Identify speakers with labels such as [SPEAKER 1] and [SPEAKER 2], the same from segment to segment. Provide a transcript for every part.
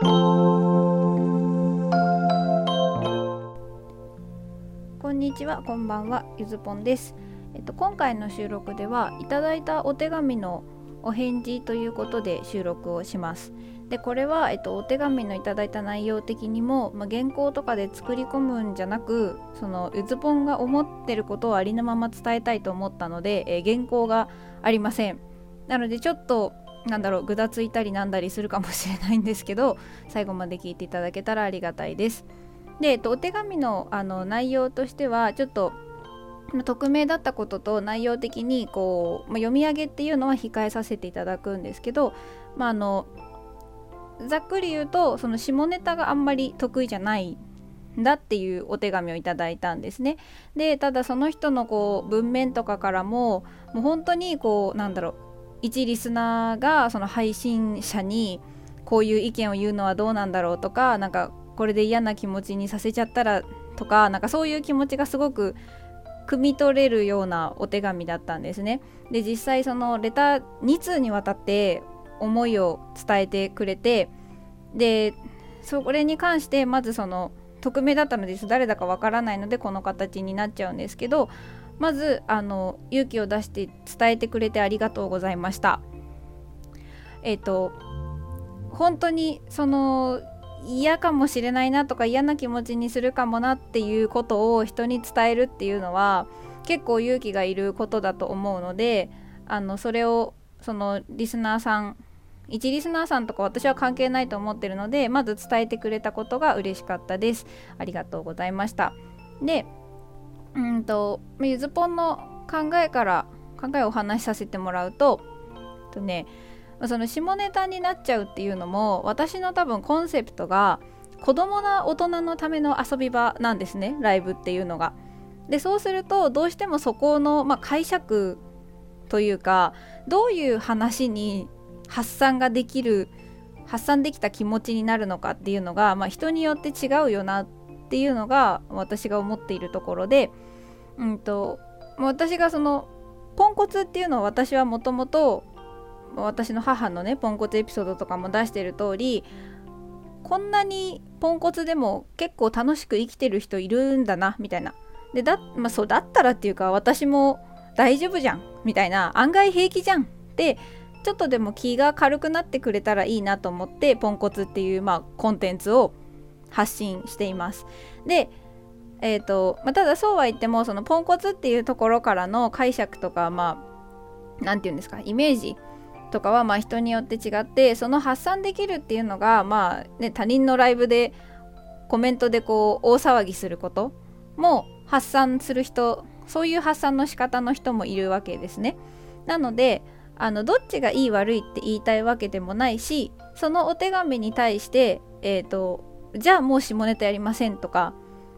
[SPEAKER 1] こんにちは、こんばんは、ゆずぽんです。今回の収録ではいただいたお手紙のお返事ということで収録をします。でこれは、お手紙のいただいた内容的にも、原稿とかで作り込むんじゃなく、そのゆずぽんが思ってることをありのまま伝えたいと思ったので、原稿がありません。なのでちょっとぐだついたりなんだりするかもしれないんですけど、最後まで聞いていただけたらありがたいです。で、お手紙の、内容としてはちょっと匿名だったことと内容的に読み上げっていうのは控えさせていただくんですけど、ざっくり言うとその下ネタがあんまり得意じゃないんだっていうお手紙をいただいたんですね。でただその人の文面とかからもう本当に一リスナーがその配信者にこういう意見を言うのはどうなんだろうとか、これで嫌な気持ちにさせちゃったらとか、そういう気持ちがすごく汲み取れるようなお手紙だったんですね。で実際そのレター2通にわたって思いを伝えてくれて、でそれに関してまずその匿名だったのです、誰だかわからないのでこの形になっちゃうんですけど、まず勇気を出して伝えてくれてありがとうございました。本当にその嫌かもしれないなとか嫌な気持ちにするかもなっていうことを人に伝えるっていうのは結構勇気がいることだと思うので、それをそのリスナーさん、一リスナーさんとか私は関係ないと思ってるので、まず伝えてくれたことが嬉しかったです。ありがとうございました。でゆずぽんの考えをお話しさせてもらうと、その下ネタになっちゃうっていうのも私の多分コンセプトが子供な大人のための遊び場なんですね、ライブっていうのが。でそうするとどうしてもそこの、解釈というか、どういう話に発散できた気持ちになるのかっていうのが、人によって違うよなっていうのが私が思っているところで、私がそのポンコツっていうのを私はもともと私の母のねポンコツエピソードとかも出してる通り、こんなにポンコツでも結構楽しく生きてる人いるんだなみたいな。でそうだったらっていうか私も大丈夫じゃんみたいな、案外平気じゃんってちょっとでも気が軽くなってくれたらいいなと思ってポンコツっていうコンテンツを発信しています。でただそうは言ってもそのポンコツっていうところからの解釈とかなんていうんですか、イメージとかは人によって違って、その発散できるっていうのが他人のライブでコメントで大騒ぎすることも発散する人、そういう発散の仕方の人もいるわけですね。なのでどっちがいい悪いって言いたいわけでもないし、そのお手紙に対してじゃあもう下ネタやりませんとか、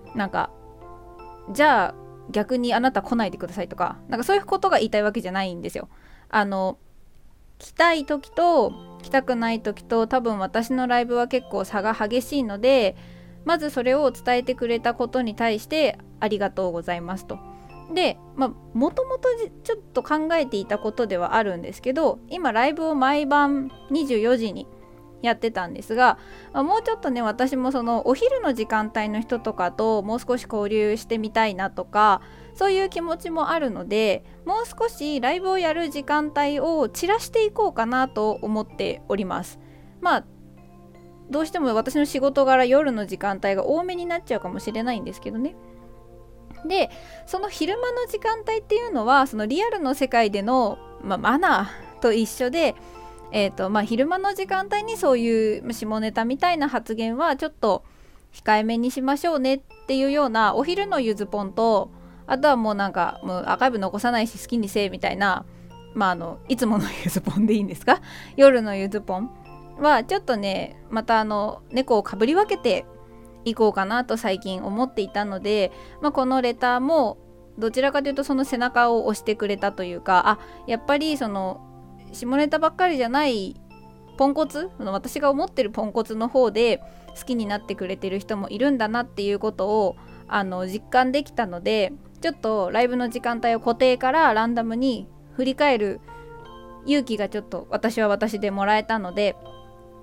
[SPEAKER 1] じゃあ逆にあなた来ないでくださいとか、そういうことが言いたいわけじゃないんですよ。来たい時と来たくない時と多分私のライブは結構差が激しいので、まずそれを伝えてくれたことに対してありがとうございますと。でもともとちょっと考えていたことではあるんですけど、今ライブを毎晩24時にやってたんですが、もうちょっとね私もそのお昼の時間帯の人とかともう少し交流してみたいなとか、そういう気持ちもあるので、もう少しライブをやる時間帯を散らしていこうかなと思っております。どうしても私の仕事柄夜の時間帯が多めになっちゃうかもしれないんですけどね。でその昼間の時間帯っていうのはそのリアルの世界での、マナーと一緒で、昼間の時間帯にそういう下ネタみたいな発言はちょっと控えめにしましょうねっていうような、お昼のゆずぽんと、あとはもうもうアーカイブ残さないし好きにせえみたいな、いつものゆずぽんでいいんですか、夜のゆずぽんはちょっとねまた猫をかぶり分けていこうかなと最近思っていたので、このレターもどちらかというとその背中を押してくれたというか、やっぱりその下ネタばっかりじゃないポンコツ、私が思ってるポンコツの方で好きになってくれてる人もいるんだなっていうことを実感できたので、ちょっとライブの時間帯を固定からランダムに振り返る勇気がちょっと私は私でもらえたので、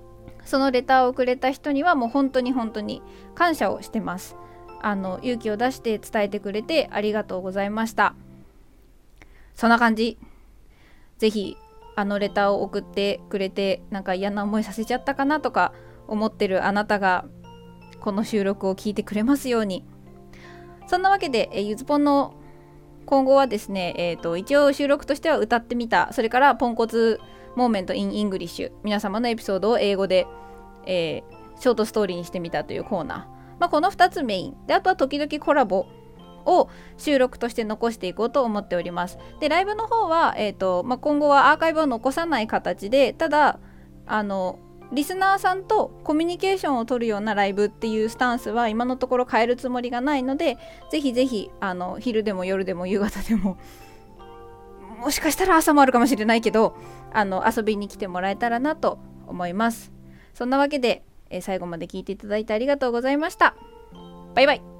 [SPEAKER 1] そのレターをくれた人にはもう本当に本当に感謝をしてます。勇気を出して伝えてくれてありがとうございました。そんな感じ。ぜひレターを送ってくれてなんか嫌な思いさせちゃったかなとか思ってるあなたがこの収録を聞いてくれますように。そんなわけでゆずぽんの今後はですね、一応収録としては歌ってみた、それからポンコツモーメントインイングリッシュ、皆様のエピソードを英語で、ショートストーリーにしてみたというコーナー、この2つメインで、あとは時々コラボを収録として残していこうと思っております。でライブの方は、今後はアーカイブを残さない形で、ただリスナーさんとコミュニケーションを取るようなライブっていうスタンスは今のところ変えるつもりがないので、ぜひぜひ昼でも夜でも夕方でももしかしたら朝もあるかもしれないけど遊びに来てもらえたらなと思います。そんなわけで、最後まで聞いていただいてありがとうございました。バイバイ。